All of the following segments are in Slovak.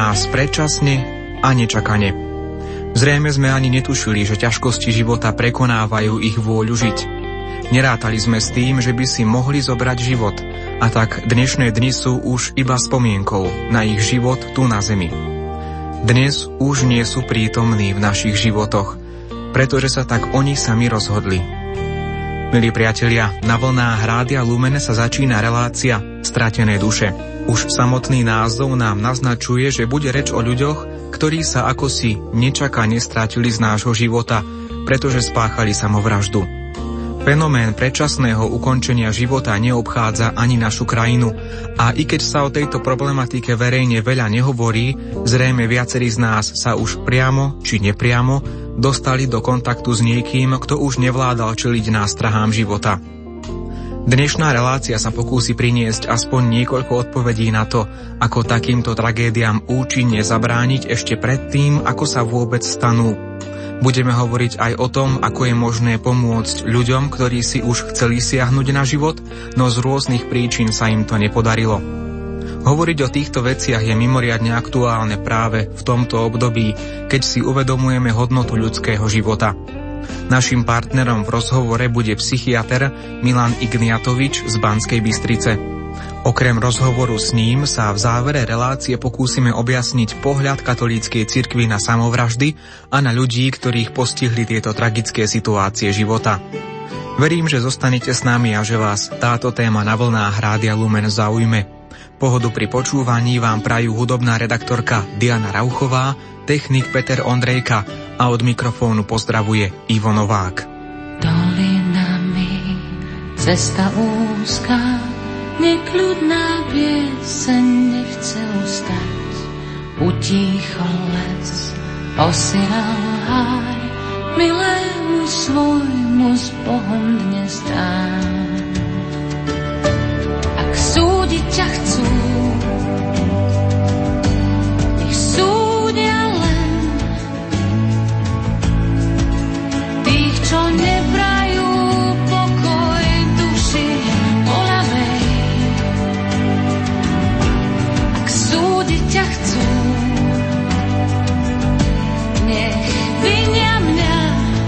nás predčasne a nečakane. Zrejme sme ani netušili, že ťažkosti života prekonávajú ich vôľu žiť. Nerátali sme s tým, že by si mohli zobrať život, a tak dnešné dni sú už iba spomienkou na ich život tu na zemi. Dnes už nie sú prítomní v našich životoch, pretože sa tak oni sami rozhodli. Milí priatelia, na vlnách Rádia Lumen sa začína relácia Stratené duše. Už samotný názov nám naznačuje, že bude reč o ľuďoch, ktorí sa akosi nečakane stratili z nášho života, pretože spáchali samovraždu. Fenomén predčasného ukončenia života neobchádza ani našu krajinu a i keď sa o tejto problematike verejne veľa nehovorí, zrejme viacerí z nás sa už priamo či nepriamo dostali do kontaktu s niekým, kto už nevládal čeliť nástrahám života. Dnešná relácia sa pokúsi priniesť aspoň niekoľko odpovedí na to, ako takýmto tragédiám účinne zabrániť ešte predtým, ako sa vôbec stanú. Budeme hovoriť aj o tom, ako je možné pomôcť ľuďom, ktorí si už chceli siahnuť na život, no z rôznych príčin sa im to nepodarilo. Hovoriť o týchto veciach je mimoriadne aktuálne práve v tomto období, keď si uvedomujeme hodnotu ľudského života. Naším partnerom v rozhovore bude psychiater Milan Igniatovič z Banskej Bystrice. Okrem rozhovoru s ním sa v závere relácie pokúsime objasniť pohľad katolíckej cirkvi na samovraždy a na ľudí, ktorých postihli tieto tragické situácie života. Verím, že zostanete s nami a že vás táto téma na vlnách Rádia Lumen zaujme. Pohodu pri počúvaní vám prajú hudobná redaktorka Diana Rauchová, technik Peter Ondrejka a od mikrofónu pozdravuje Ivo Novák. Dolinami cesta úzka, nekľudná pieseň nechce ustať. Utíchol les, osíral háj, milému svojmu s Bohom dnes dáň. Ak súdiť ťa chcú, nech súdia len tých, čo neprajú pokoj duši voľavej. Ak súdiť ťa chcú, nech vinia mňa.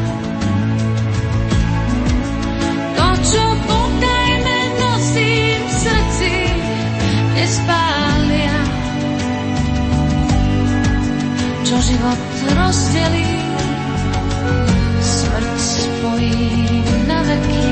To, čo potajme nosím v srdci, nespália. Čo život rozdelí, smrť spojí na veky.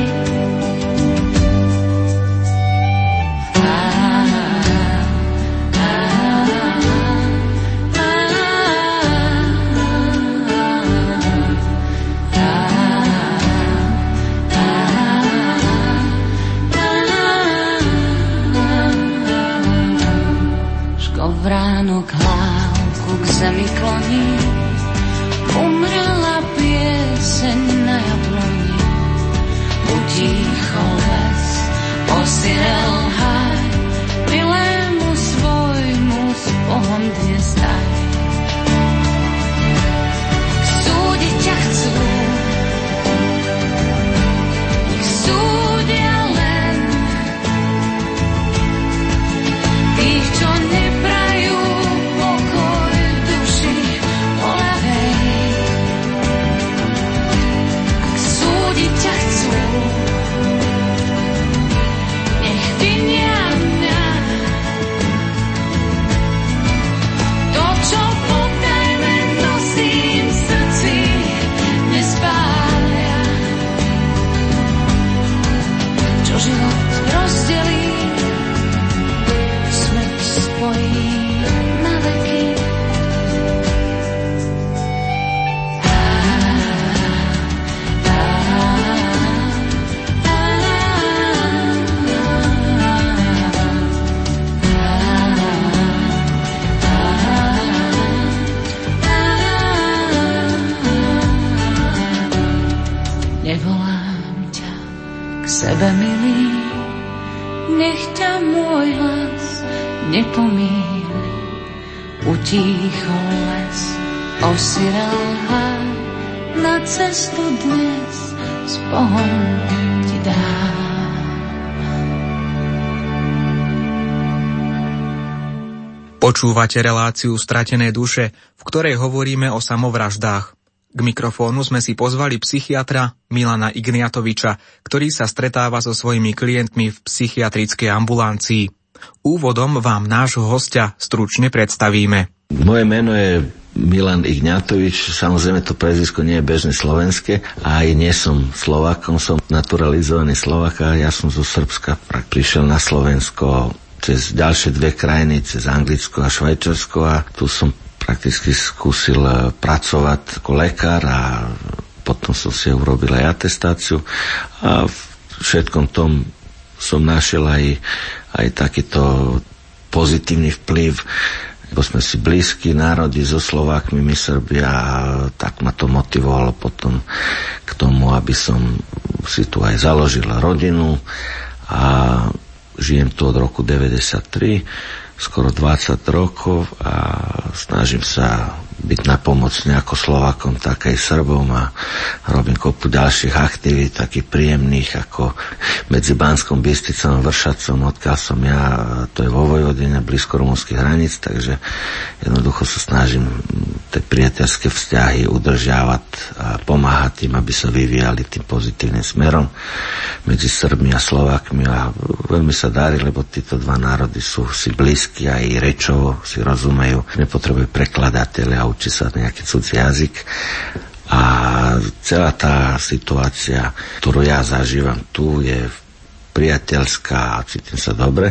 Vránok hlávku k zemi kloní, umrela pieseň na jabloni. Utíchol les, osirel háj, milému svojmu s Bohom dnes daj. Súdiť ťa chcú, nech súdia len tých, čo neprajú pokoj duši voľavej. Ak súdiť ťa chcú, nech vinia mňa. To, čo potajme nosím v srdci, nespália. Čo život rozdelí, smrť spojí na veky. Nevolám ťa k sebe, milý, nech ťa môj hlas nepomíli. Utíchol les, osirel háj, na cestu dnes s Bohom ti dám. Počúvate reláciu Stratené duše, v ktorej hovoríme o samovraždách. K mikrofónu sme si pozvali psychiatra Milana Igniatoviča, ktorý sa stretáva so svojimi klientmi v psychiatrickej ambulancii. Úvodom vám nášho hostia stručne predstavíme. Moje meno je Milan Igniatovič, samozrejme to prezvisko nie je bežné slovenské a aj nie som Slovákom, som naturalizovaný Slovák a ja som zo Srbska, prišiel na Slovensko cez ďalšie dve krajiny, cez Anglicko a Švajčiarsko a tu som prakticky skúsil pracovať ako lekár a potom som si urobil aj atestáciu a v všetkom tom som našiel aj takýto pozitívny vplyv, lebo sme si blízki národy so Slovákmi, my Srbia, tak ma to motivovalo potom k tomu, aby som si tu aj založil rodinu a žijem tu od roku 93, skoro 20 rokov a snažím sa byť napomocný ako Slovákom, tak aj Srbom a robím kopu ďalších aktivít, takých príjemných, ako medzi Banskom Bystricom a Vršacom, odkiaľ som ja, to je vo Vojvodine, blízko rumunských hraníc, takže jednoducho sa snažím tie priateľské vzťahy udržiavať a pomáhať tým, aby sa vyvíjali tým pozitívnym smerom medzi Srbmi a Slovákmi a veľmi sa darí, lebo títo dva národy sú si blízki aj rečovo, si rozumejú, nepotrebujú prekladateľa, učí sa nejaký cudzí jazyk a celá tá situácia, ktorú ja zažívam tu, je priateľská a cítim sa dobre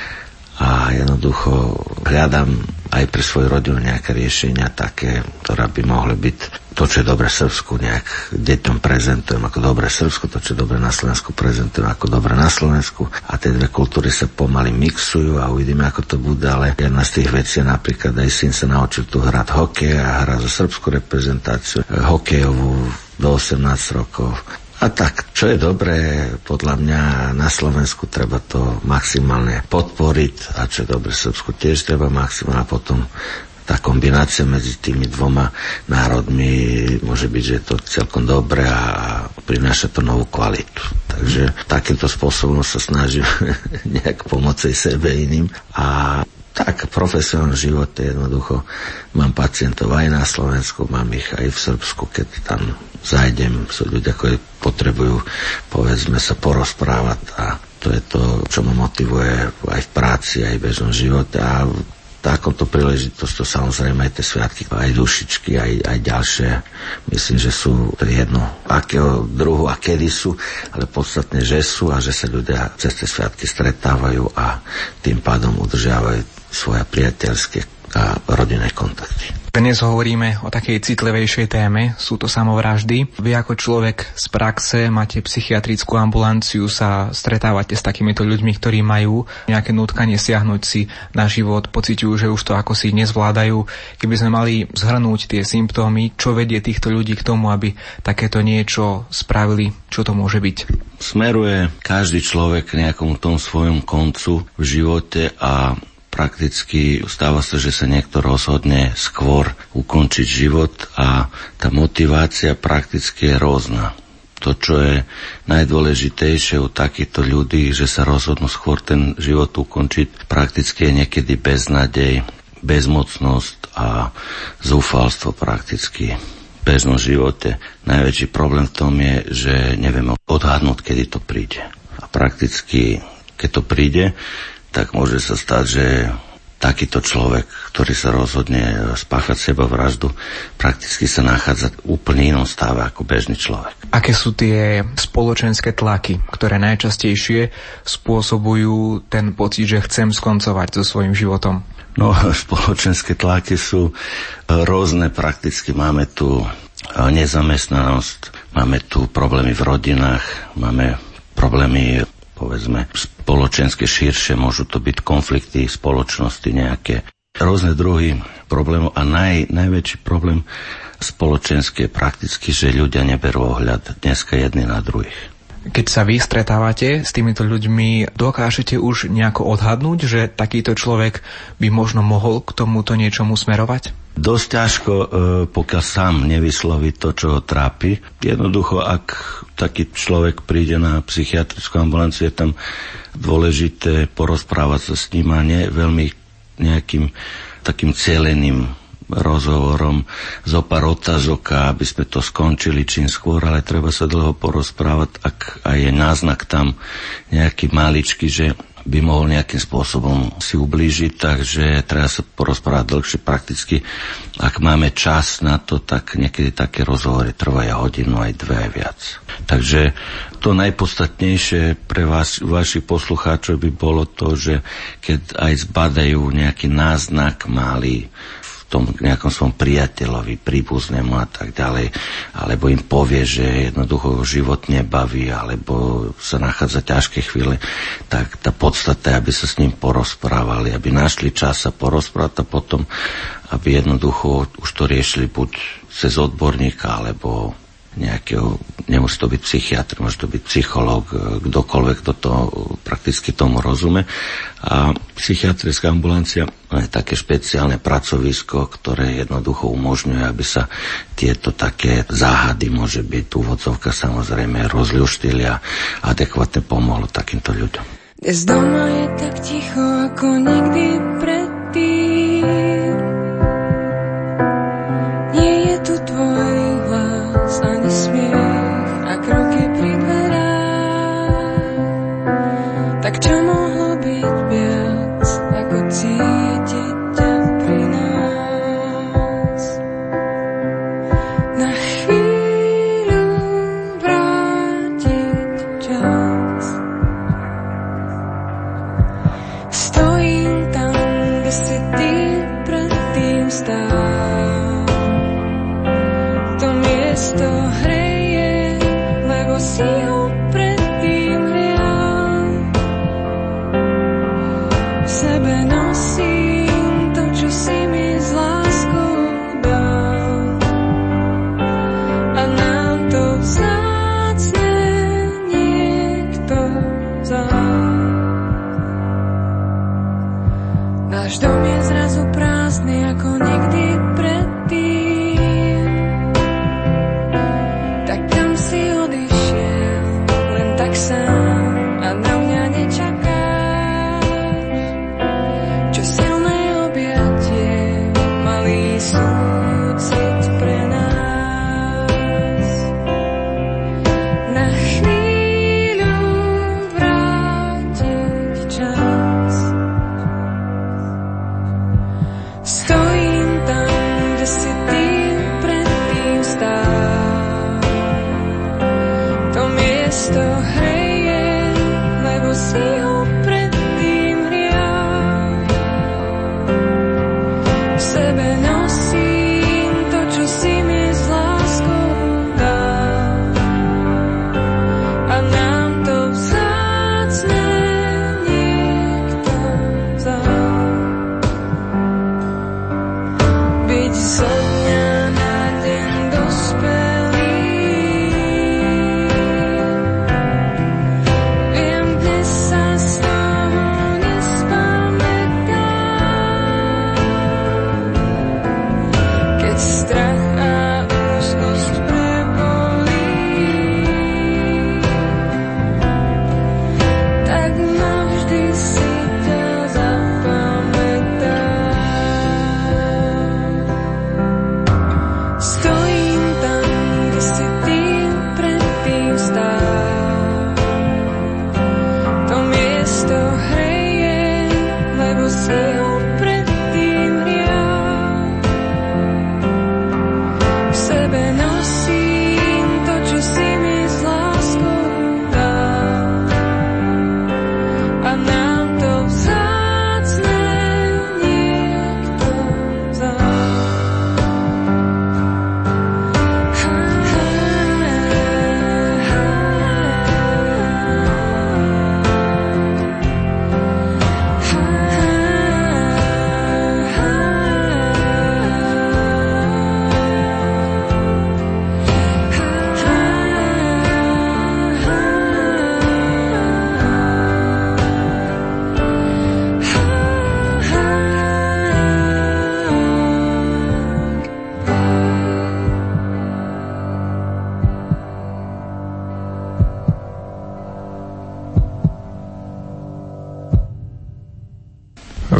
a jednoducho hľadám aj pre svoju rodinu nejaké riešenia také, ktoré by mohli byť to, čo je dobre Srbsku, nejak deťom prezentujem ako dobre Srbsku, to, čo je dobre na Slovensku, prezentujem ako dobre na Slovensku a tie dve kultúry sa pomaly mixujú a uvidíme, ako to bude, ale jedna z tých vecí napríklad aj syn sa naučil tu hrať hokej a hrá za srbskú reprezentáciu hokejovú do 18 rokov. A tak, čo je dobré, podľa mňa na Slovensku treba to maximálne podporiť a čo je dobré Srbsku tiež treba maximálne a potom tá kombinácia medzi tými dvoma národmi môže byť, že je to celkom dobré a prináša to novú kvalitu. Takže takýmto spôsobom sa snažím nejak pomôcť sebe iným a tak v profesionálnom živote jednoducho mám pacientov aj na Slovensku, mám ich aj v Srbsku, keď tam zajdem, sú ľudia, ktorí potrebujú, povedzme, sa porozprávať a to je to, čo ma motivuje aj v práci, aj v bežnom živote a takomto príležitosť to samozrejme aj tie sviatky, aj dušičky, aj ďalšie. Myslím, že sú jedno akého druhu a kedy sú, ale podstatne, že sú a že sa ľudia cez tie sviatky stretávajú a tým pádom udržiavajú svoje priateľské a rodinné kontakty. Dnes hovoríme o takej citlivejšej téme, sú to samovraždy. Vy ako človek z praxe máte psychiatrickú ambulanciu, sa stretávate s takýmito ľuďmi, ktorí majú nejaké nutkanie siahnuť si na život, pociťujú, že už to ako si nezvládajú. Keby sme mali zhrnúť tie symptómy, čo vedie týchto ľudí k tomu, aby takéto niečo spravili, čo to môže byť? Smeruje každý človek k nejakomu tomu svojom koncu v živote a prakticky stáva sa, že sa niekto rozhodne skôr ukončiť život a tá motivácia prakticky je rôzna. To, čo je najdôležitejšie u takýchto ľudí, že sa rozhodnú skôr ten život ukončiť, prakticky je niekedy beznadej, bezmocnosť a zúfalstvo prakticky v bežnom živote. Najväčší problém v tom je, že nevieme odhadnúť, kedy to príde. A prakticky, keď to príde, tak môže sa stať, že takýto človek, ktorý sa rozhodne spáchať sebavraždu, prakticky sa nachádza v úplne inom stave ako bežný človek. Aké sú tie spoločenské tlaky, ktoré najčastejšie spôsobujú ten pocit, že chcem skoncovať so svojím životom? No, spoločenské tlaky sú rôzne prakticky. Máme tu nezamestnanosť, máme tu problémy v rodinách, máme problémy, povedzme, spoločenské širšie, môžu to byť konflikty spoločnosti nejaké. Rôzne druhy problémov a najväčší problém spoločenský je prakticky, že ľudia neberú ohľad dneska jedni na druhých. Keď sa vy stretávate s týmito ľuďmi, dokážete už nejako odhadnúť, že takýto človek by možno mohol k tomuto niečomu smerovať? Dosť ťažko, pokiaľ sám nevysloví to, čo ho trápi. Jednoducho, ak taký človek príde na psychiatrickú ambulanciu, je tam dôležité porozprávať sa s ním a nie veľmi nejakým takým celeným rozhovorom, zo pár otázok, aby sme to skončili čím skôr, ale treba sa dlho porozprávať, ak aj je náznak tam nejaký maličký, že by mohol nejakým spôsobom si ublížiť, takže treba sa porozprávať dlhšie. Prakticky, ak máme čas na to, tak niekedy také rozhovory trvajú hodinu, aj dve, aj viac. Takže to najpodstatnejšie pre vás, vašich poslucháčov, by bolo to, že keď aj zbadajú nejaký náznak malý tom nejakom svom priateľovi, príbuznému a tak ďalej, alebo im povie, že jednoducho život nebaví, alebo sa nachádza ťažké chvíle, tak tá podstata je, aby sa s ním porozprávali, aby našli čas sa porozprávať a potom, aby jednoducho už to riešili buď cez odborníka, alebo nejakého, nemusí to byť psychiatr, môže to byť psychológ, kdokoľvek, kto to prakticky tomu rozume. A psychiatrická ambulancia je také špeciálne pracovisko, ktoré jednoducho umožňuje, aby sa tieto také záhady, môže byť úvodzovka samozrejme, rozľuštili a adekvátne pomohlo takýmto ľuďom. Dnes doma je tak ticho ako nikdy predtým. Nie je tu tvoj hlas ani smiech a kroky pri dverách. Tak čo mohlo byť viac ako cítiť ťa pri nás? Na chvíľu vrátiť čas. Stojím tam, kde si ty predtým stál. To miesto hreje, lebo si ho predtým hrial. V sebe nosím to, čo si mi s láskou dal. A nám to vzácne niekto vzal. Náš dom je zrazu prázdny ako nikdy predtým. Tak kam si odišiel, len tak sám a na mňa nečakáš. Čo silné objatie, malý súcit pre nás. Na chvíľu vrátiť čas. Stojím tam, kde si ty predtým stál. To miesto hreje, lebo si ho predtým hrial. V sebe nosím to, čo si mi s láskou dal. A nám to vzácne niekto vzal. Byť zo dňa na deň dospelý. Viem, dnes sa z toho nespamätám. Keď strach a úzkosť prebolí, tak navždy si ťa zapamätám.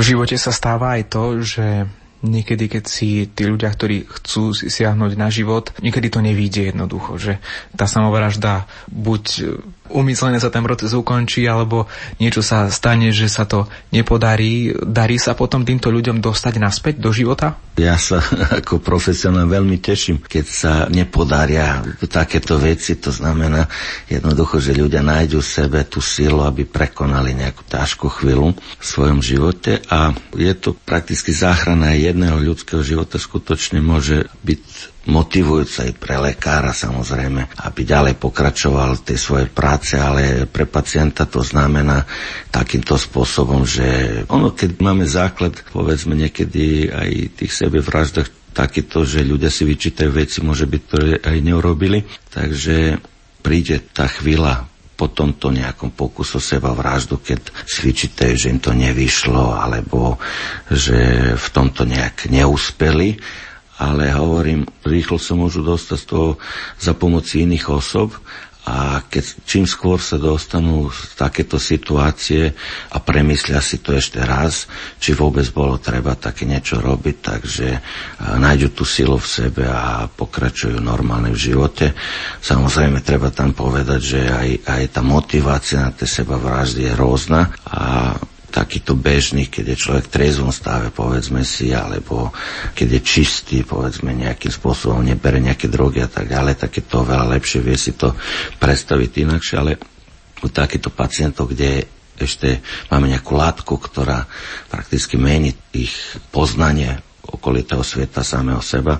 živote sa stáva aj to, že niekedy, keď si tí ľudia, ktorí chcú siahnuť na život, niekedy to nevíde jednoducho, že tá samovražda buď umyslene sa ten proces ukončí, alebo niečo sa stane, že sa to nepodarí. Darí sa potom týmto ľuďom dostať naspäť do života? Ja sa ako profesionál veľmi teším, keď sa nepodaria takéto veci. To znamená jednoducho, že ľudia nájdu v sebe tú silu, aby prekonali nejakú ťažkú chvíľu v svojom živote. A je to prakticky záchrana jedného ľudského života. Skutočne môže byť motivujúce aj pre lekára, samozrejme, aby ďalej pokračoval v tej svojej práce, ale pre pacienta to znamená takýmto spôsobom, že keď máme základ, povedzme niekedy aj tých sebevraždách takýto, že ľudia si vyčítajú veci, môže byť, ktoré aj neurobili, takže príde tá chvíľa po tomto nejakom pokusu sebavraždu, keď si vyčítajú, že im to nevyšlo, alebo že v tomto nejak neúspeli. Ale hovorím, rýchlo sa môžu dostať z toho za pomoci iných osob a čím skôr sa dostanú z takéto situácie a premyslia si to ešte raz, či vôbec bolo treba také niečo robiť, takže nájdu tú silu v sebe a pokračujú normálne v živote. Samozrejme, treba tam povedať, že aj tá motivácia na tej sebavraždy je rôzna a takýto bežný, keď je človek v triezvom stave, povedzme si, alebo keď je čistý, povedzme, nejakým spôsobom nebere nejaké drogy a tak ďalej, tak je to veľa lepšie, vie si to predstaviť inakšie, ale u takýchto pacientov, kde ešte máme nejakú látku, ktorá prakticky mení ich poznanie okolitého sveta, samého seba,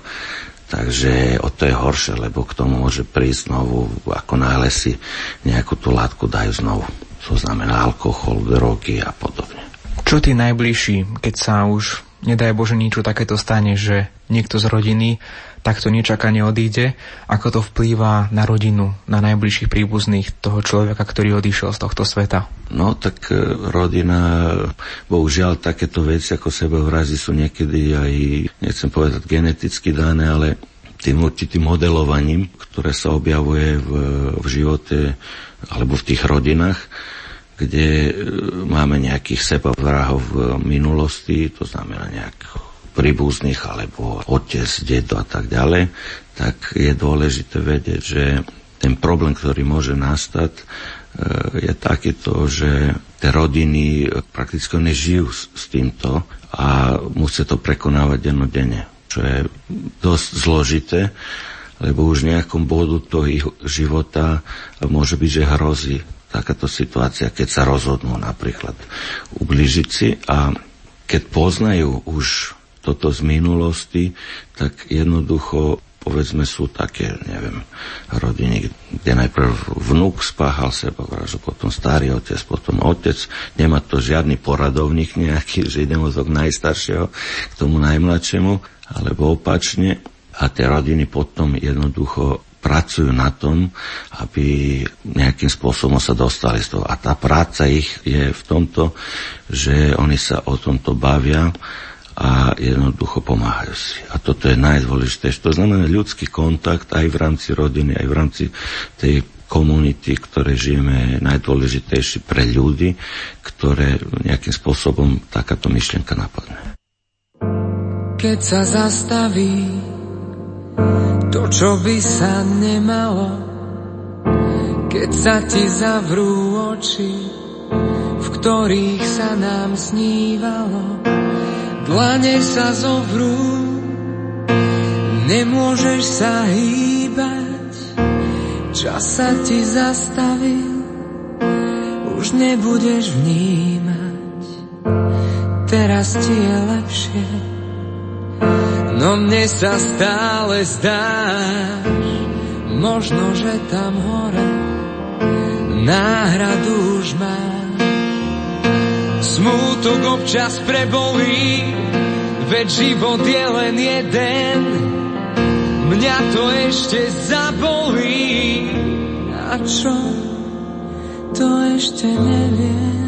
takže o to je horšie, lebo k tomu môže prísť znovu, ako náhle si nejakú tú látku dajú znovu. To znamená alkohol, drogy a podobne. Čo tí najbližší, keď sa už, nedaj Bože, niečo takéto stane, že niekto z rodiny takto nečakane odíde, ako to vplýva na rodinu, na najbližších príbuzných toho človeka, ktorý odišiel z tohto sveta? No tak rodina, bohužiaľ takéto veci ako sebevraždy sú niekedy aj, nechcem povedať geneticky dané, ale tým určitým modelovaním, ktoré sa objavuje v živote alebo v tých rodinách, kde máme nejakých sebavrahov v minulosti, to znamená nejakých príbuzných alebo otec, dedo a tak ďalej, tak je dôležité vedieť, že ten problém, ktorý môže nastať, je takýto, že tie rodiny prakticky nežijú s týmto a musia to prekonávať dennodenne, čo je dosť zložité, lebo už v nejakom bodu toho ich života môže byť, že hrozí takáto situácia, keď sa rozhodnú napríklad ublížiť si a keď poznajú už toto z minulosti, tak jednoducho, povedzme, sú také, neviem, rodiny, kde najprv vnuk spáchal sebavraždu, potom starý otec, potom otec, nemá to žiadny poradovník nejaký, že idem od najstaršieho k tomu najmladšiemu, alebo opačne. A tie rodiny potom jednoducho pracujú na tom, aby nejakým spôsobom sa dostali z toho. A tá práca ich je v tomto, že oni sa o tomto bavia a jednoducho pomáhajú si. A toto je najdôležitejšie. To znamená ľudský kontakt aj v rámci rodiny, aj v rámci tej komunity, ktoré žijeme, najdôležitejší pre ľudí, ktoré nejakým spôsobom takáto myšlienka napadne. Keď sa zastaví to, čo by sa nemalo, keď sa ti zavrú oči, v ktorých sa nám snívalo, dlane sa zovrú, nemôžeš sa hýbať, čas sa ti zastavil, už nebudeš vnímať, teraz ti je lepšie. No mne sa stále zdáš, možno, že tam hore náhradu už máš. Smútok občas prebolí, veď život je len jeden, mňa to ešte zabolí. A čo, to ešte neviem.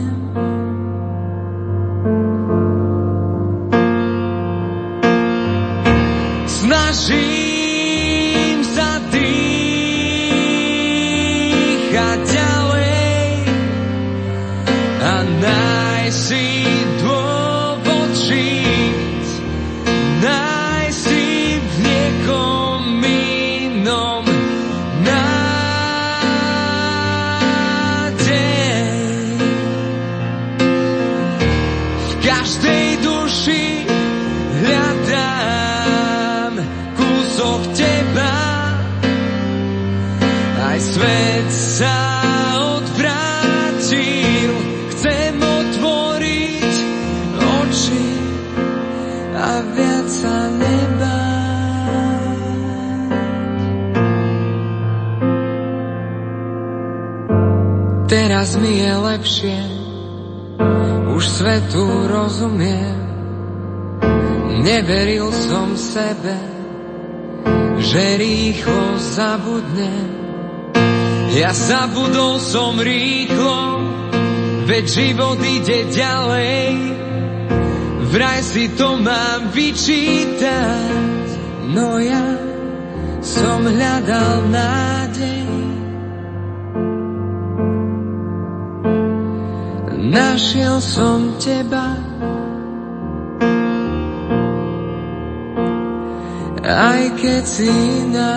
Snažím sa dýchať ďalej a nájsť si dôvod Teraz mi je lepšie, už svetu rozumiem. Neveril som sebe, že rýchlo zabudnem. Ja zabudol som rýchlo, veď život ide ďalej. Vraj si to mám vyčítať, no ja som hľadal nádej. Našiel som teba, aj keď si iná,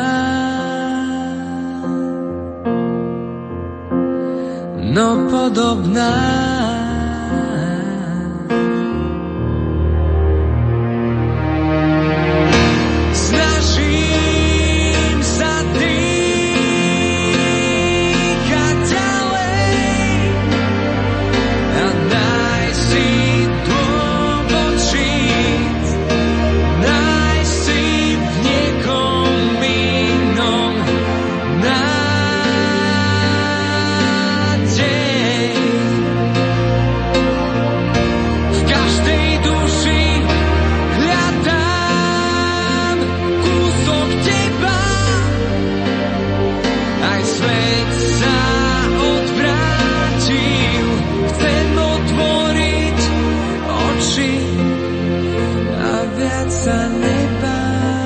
no podobná. Snažím sa dýchať ďalej a nájsť si dôvod žiť, nájsť si v niekom inom nádej. V každej duši hľadám kúsok teba, aj svet sa odvrátil. Chcem otvoriť oči a viac sa nebáť.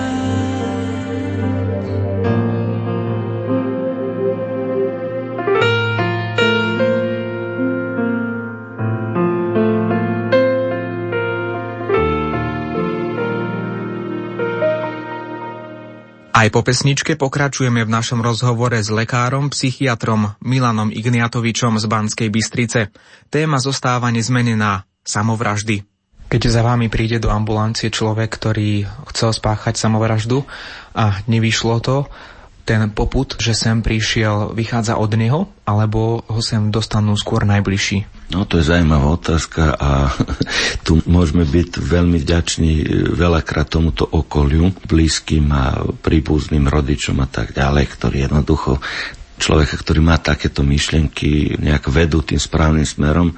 Aj po pesničke pokračujeme v našom rozhovore s lekárom, psychiatrom Milanom Igniatovičom z Banskej Bystrice. Téma zostáva nezmenená: samovraždy. Keď za vami príde do ambulancie človek, ktorý chcel spáchať samovraždu a nevyšlo to, ten popud, že sem prišiel, vychádza od neho, alebo ho sem dostanú skôr najbližší? No to je zaujímavá otázka a tu môžeme byť veľmi vďační veľakrát tomuto okoliu, blízkym a príbuzným rodičom a tak ďalej, ktorí jednoducho človeka, ktorý má takéto myšlienky, nejak vedú tým správnym smerom,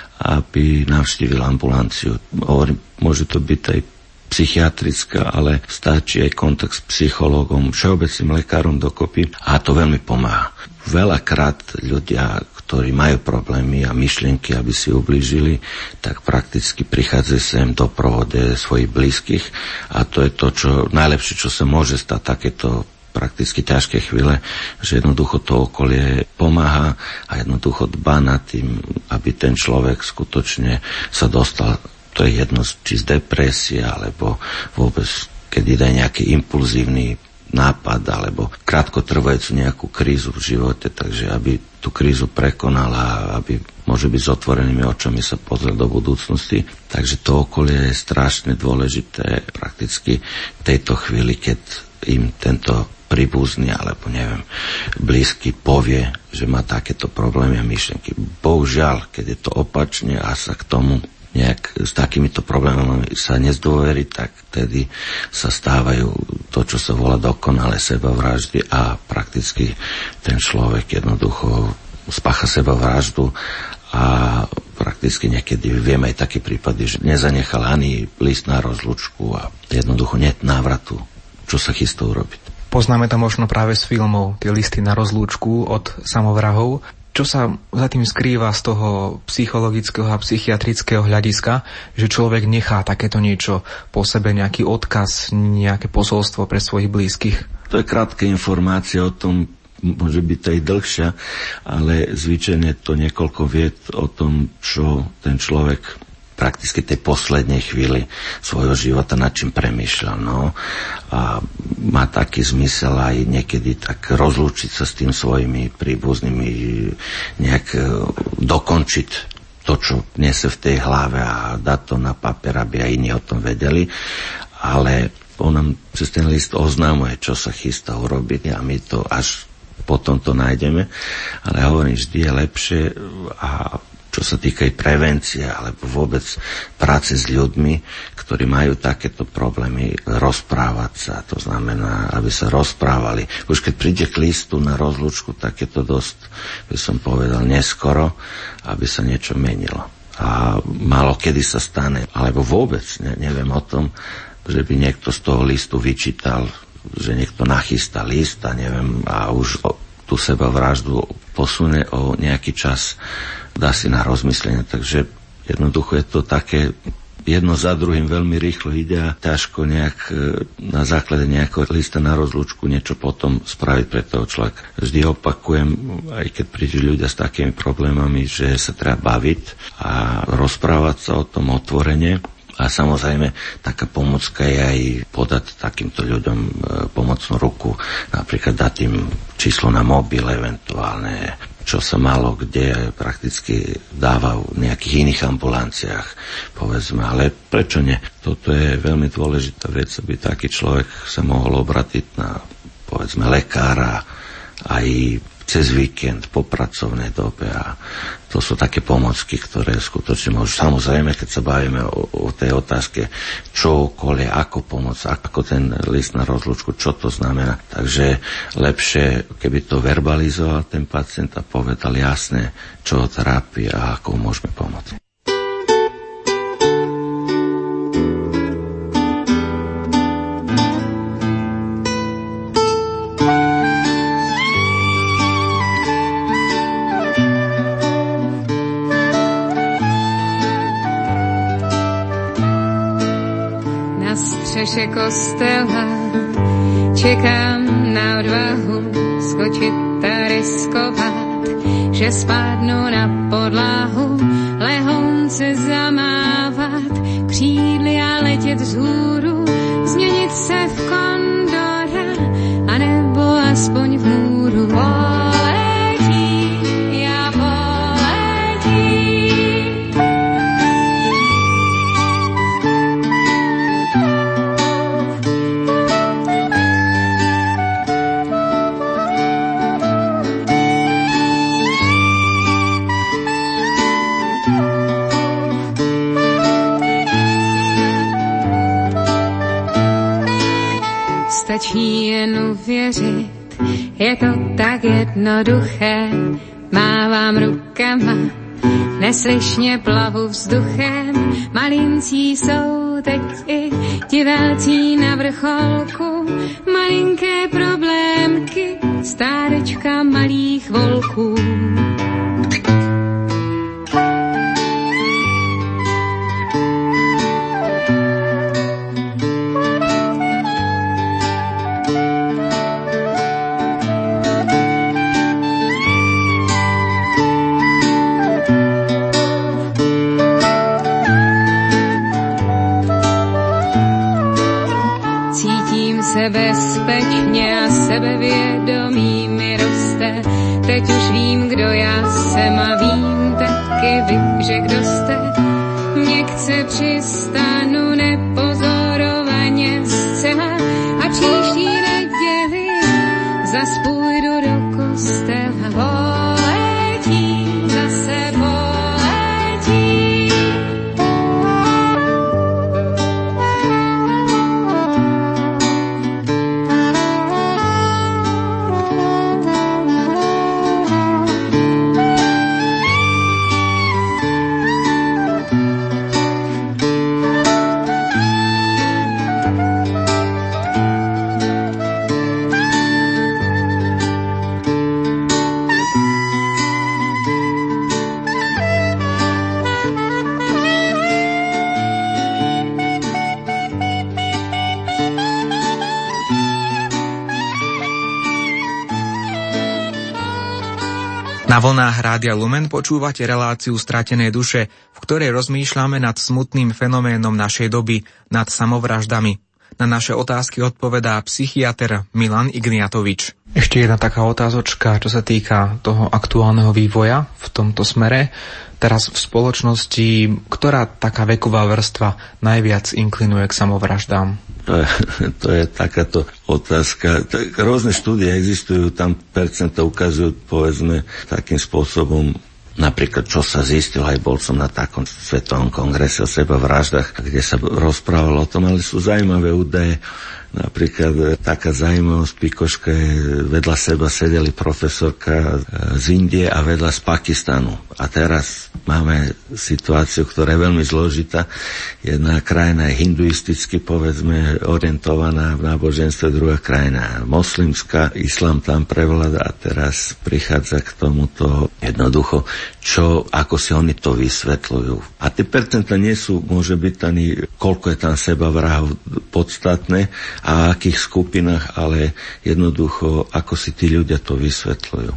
aby navštívil ambulanciu. Hovorím, môže to byť aj psychiatrická, ale stačí aj kontakt s psychológom, všeobecným lekárom dokopy a to veľmi pomáha. Veľakrát ľudia, ktorí majú problémy a myšlienky, aby si ublížili, tak prakticky prichádzajú sem do provode svojich blízkych a to je to, čo najlepšie, čo sa môže stať takéto prakticky ťažké chvíle, že jednoducho to okolie pomáha a jednoducho dbá nad tým, aby ten človek skutočne sa dostal. To je jedno, či z depresie, alebo vôbec, keď ide nejaký impulzívny nápad, alebo krátkotrvajúcu nejakú krízu v živote, takže aby tú krízu prekonala, aby môže byť s otvorenými očami sa pozrieť do budúcnosti. Takže to okolie je strašne dôležité prakticky v tejto chvíli, keď im tento príbuzný, alebo neviem, blízky povie, že má takéto problémy a myšlienky. Bohužiaľ, keď je to opačne a sa k tomu nejak s takýmito problémami sa nezdôverí, tak vtedy sa stávajú to, čo sa volá dokonalé sebavraždy a prakticky ten človek jednoducho spácha sebavraždu a prakticky niekedy vieme aj také prípady, že nezanechal ani list na rozlúčku a jednoducho nie návratu, čo sa chystá urobiť. Poznáme to možno práve z filmov, tie listy na rozlúčku od samovrahov. Čo sa za tým skrýva z toho psychologického a psychiatrického hľadiska, že človek nechá takéto niečo po sebe, nejaký odkaz, nejaké posolstvo pre svojich blízkych? To je krátka informácia o tom, môže byť aj dlhšia, ale zvyčajne to niekoľko viet o tom, čo ten človek prakticky tej poslednej chvíli svojho života nad čím premýšľal. No. A má taký zmysel aj niekedy tak rozlúčiť sa s tým svojimi príbuznými, nejak dokončiť to, čo nese v tej hlave a dať to na papier, aby aj iní o tom vedeli. Ale on nám cez ten list oznámuje, čo sa chystá urobiť a my to až potom to nájdeme. Ale hovorím, vždy je lepšie a čo sa týka aj prevencie, alebo vôbec práce s ľuďmi, ktorí majú takéto problémy, rozprávať sa. To znamená, aby sa rozprávali. Už keď príde k listu na rozlúčku, tak je to dosť, by som povedal, neskoro, aby sa niečo menilo. A málo kedy sa stane, alebo vôbec neviem o tom, že by niekto z toho listu vyčítal, že niekto nachystá list a neviem, a už tú sebavraždu posunie o nejaký čas, dá si na rozmyslenie. Takže jednoducho je to také, jedno za druhým veľmi rýchlo ide a ťažko nejak na základe nejakého lista na rozlúčku niečo potom spraviť pre toho človeka. Vždy opakujem, aj keď prídu ľudia s takými problémami, že sa treba baviť a rozprávať sa o tom otvorene. A samozrejme, taká pomocka je aj podať takýmto ľuďom pomocnú ruku, napríklad dať im číslo na mobil eventuálne, čo sa málo kde prakticky dáva v nejakých iných ambulanciách, povedzme. Ale prečo nie? Toto je veľmi dôležitá vec, aby taký človek sa mohol obratiť na, povedzme, lekára aj cez víkend, po pracovnej dobe, a to sú také pomocky, ktoré skutočne môžu. Samozrejme, keď sa bavíme o tej otázke, čo okolie, ako pomôcť, ako ten list na rozlúčku, čo to znamená. Takže lepšie, keby to verbalizoval ten pacient a povedal jasne, čo ho trápi a ako môžeme pomôcť. Střeše kostela čekám na odvahu skočit a riskovat, že spadnu na podlahu, lehonce zamávat křídly a letět vzhůru, změnit se v kondora, anebo aspoň v můru. Poletí, já poletím. Stačí jen uvěřit, je to tak jednoduché, mávám rukama, neslyšně plavu vzduchem, malincí jsou teď i ti velcí na vrcholku, malinké problémky, stádečka malých volků. Bezpečně a sebevědomí mi roste. Teď už vím, kdo já jsem a vím taky vy, že kdo jste. Měkce přistanu nepozorovaně zcela a příští neděli zas půjdu do kostela. Poletím, zase poletím. Na vlnách Rádia Lumen počúvate reláciu Stratené duše, v ktorej rozmýšľame nad smutným fenoménom našej doby, nad samovraždami. Na naše otázky odpovedá psychiater Milan Igniatovič. Ešte jedna taká otázočka, čo sa týka toho aktuálneho vývoja v tomto smere. Teraz v spoločnosti, ktorá taká veková vrstva najviac inklinuje k samovraždám? To je takáto otázka. Rôzne štúdie existujú, tam percenta ukazujú, povedzme, takým spôsobom Napríklad, čo sa zistilo, aj bol som na takom svetovom kongrese o sebavraždách, kde sa rozprávalo o tom, ale sú zaujímavé údaje. Napríklad taká zaujímavosť Pikoška je, vedľa seba sedeli profesorka z Indie a vedľa z Pakistanu. A teraz máme situáciu, ktorá je veľmi zložitá. Jedna krajina je hinduisticky, povedzme, orientovaná v náboženstve, druhá krajina moslimská, islám tam prevláda a teraz prichádza k tomuto jednoducho, ako si oni to vysvetľujú. A tie percentá nie sú, môže byť ani, koľko je tam sebavrahov podstatné, a v akých skupinách, ale jednoducho, ako si tí ľudia to vysvetľujú.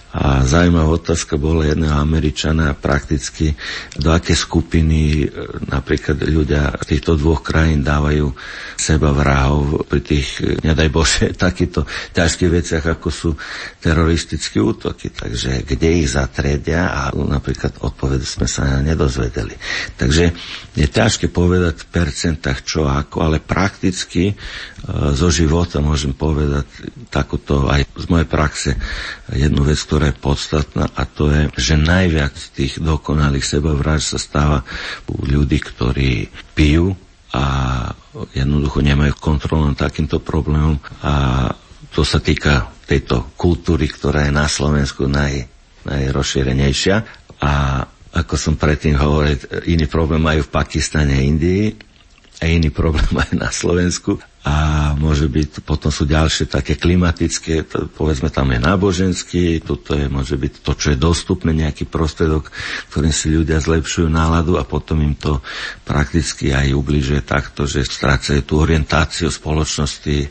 A zaujímavá otázka bola jedného Američana prakticky, do aké skupiny napríklad ľudia z týchto dvoch krajín dávajú sebavrahov pri tých, nedaj Bože, takýchto ťažkých veciach, ako sú teroristické útoky. Takže kde ich zatriedia a napríklad odpovede sme sa nedozvedeli. Takže je ťažké povedať v percentách čo ako, ale prakticky zo života môžem povedať takúto aj z mojej praxe jednu vec, ktorá je podstatná, a to je, že najviac tých dokonalých sebavrážd sa stáva u ľudí, ktorí pijú a jednoducho nemajú kontrolu nad takýmto problémom, a to sa týka tejto kultúry, ktorá je na Slovensku najrozšírenejšia. A ako som predtým hovoril, iný problém majú v Pakistane a Indii a iný problém majú na Slovensku. A môže byť, potom sú ďalšie také klimatické, povedzme tam je náboženský, toto je, môže byť to, čo je dostupné, nejaký prostredok, ktorým si ľudia zlepšujú náladu, a potom im to prakticky aj ubližuje takto, že strácajú tú orientáciu spoločnosti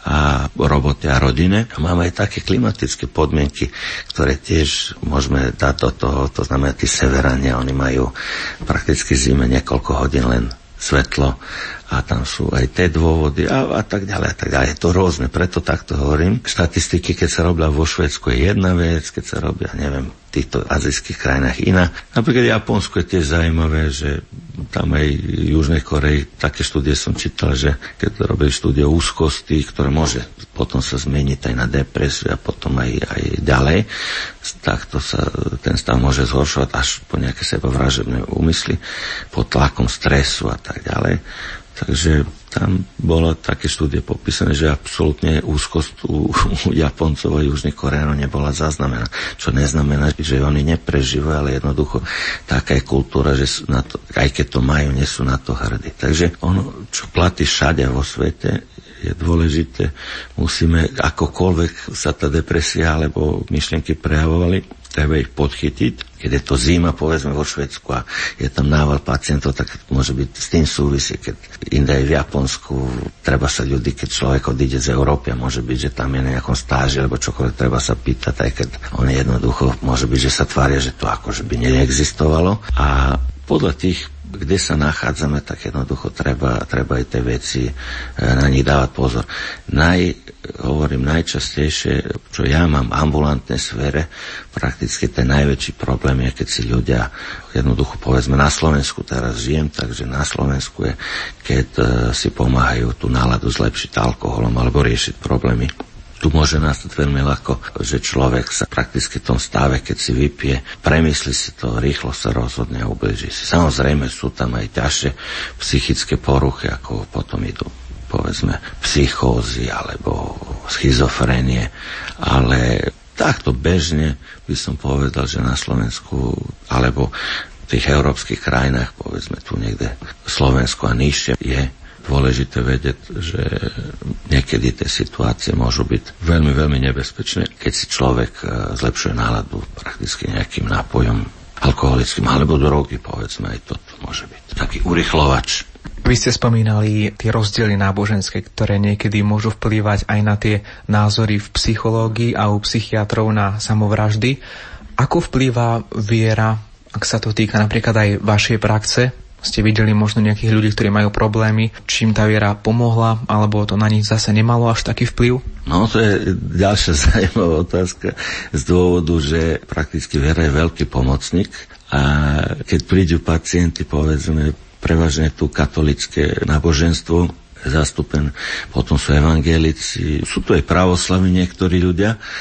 a robote a rodine. A máme aj také klimatické podmienky, ktoré tiež môžeme dať do toho, to znamená tí severania, oni majú prakticky zime niekoľko hodín len svetlo, a tam sú aj tie dôvody a tak ďalej a tak ďalej. Je to rôzne, preto takto hovorím. Štatistiky, keď sa robia vo Švédsku, je jedna vec, keď sa robia, neviem, v týchto azijských krajinách iná. Napríklad Japonsko je tiež zaujímavé, že tam aj v Južnej Koreji také štúdie som čítal, že keď robili štúdie o úzkosti, ktoré môže potom sa zmeniť aj na depresiu a potom aj ďalej, takto sa ten stav môže zhoršovať až po nejaké sebavražedné úmysly, pod tlakom stresu a tak ďalej. Takže tam bolo také štúdie popísané, že absolútne úzkosť u Japoncov a Južných Koreánov nebola zaznamená. Čo neznamená, že oni neprežívajú, ale jednoducho taká je kultúra, že na to, aj keď to majú, nie sú na to hrdí. Takže ono, čo platí všade vo svete, je dôležité. Musíme, akokoľvek sa tá depresia alebo myšlienky prejavovali, treba ich podchytiť. Keď je to zima, povedzme vo Švédsku a je tam nával pacientov, tak môže byť s tým súvisí. Keď inde je v Japonsku, treba sa ľudí, keď človek odíde z Európy, a môže byť, že tam je na nejakom stáži alebo čokoľvek, treba sa pýtať, aj keď on jednoducho môže byť, že sa tvária, že to akože by neexistovalo. A podľa tých, kde sa nachádzame, tak jednoducho treba aj tie veci na nich dávať pozor. Hovorím najčastejšie, čo ja mám v ambulantnej sfére, prakticky ten najväčší problém je, keď si ľudia, jednoducho povedzme na Slovensku teraz žijem, takže na Slovensku je, keď si pomáhajú tú náladu zlepšiť alkoholom alebo riešiť problémy. Tu môže nastať veľmi ľahko, že človek sa prakticky v tom stave, keď si vypije, premyslí si to, rýchlo sa rozhodne a ubliží si. Samozrejme sú tam aj ťažšie psychické poruchy, ako potom idú, povedzme, psychózy alebo schizofrénie, ale takto bežne by som povedal, že na Slovensku alebo v tých európskych krajinách, povedzme tu niekde Slovensku a nižšie, je dôležité vedieť, že niekedy tie situácie môžu byť veľmi, veľmi nebezpečné, keď si človek zlepšuje náladu prakticky nejakým nápojom alkoholickým alebo drogy, povedzme, aj toto môže byť taký urychlovač. Vy ste spomínali tie rozdiely náboženské, ktoré niekedy môžu vplývať aj na tie názory v psychológii a u psychiatrov na samovraždy. Ako vplýva viera, ak sa to týka napríklad aj vašej praxe? Ste videli možno nejakých ľudí, ktorí majú problémy, čím tá viera pomohla, alebo to na nich zase nemalo až taký vplyv? No, to je ďalšia zaujímavá otázka z dôvodu, že prakticky viera je veľký pomocník a keď prídu pacienti, povedzme, prevažne tu katolické náboženstvo zastúpen, potom sú evanjelici, sú tu aj pravoslavní niektorí ľudia,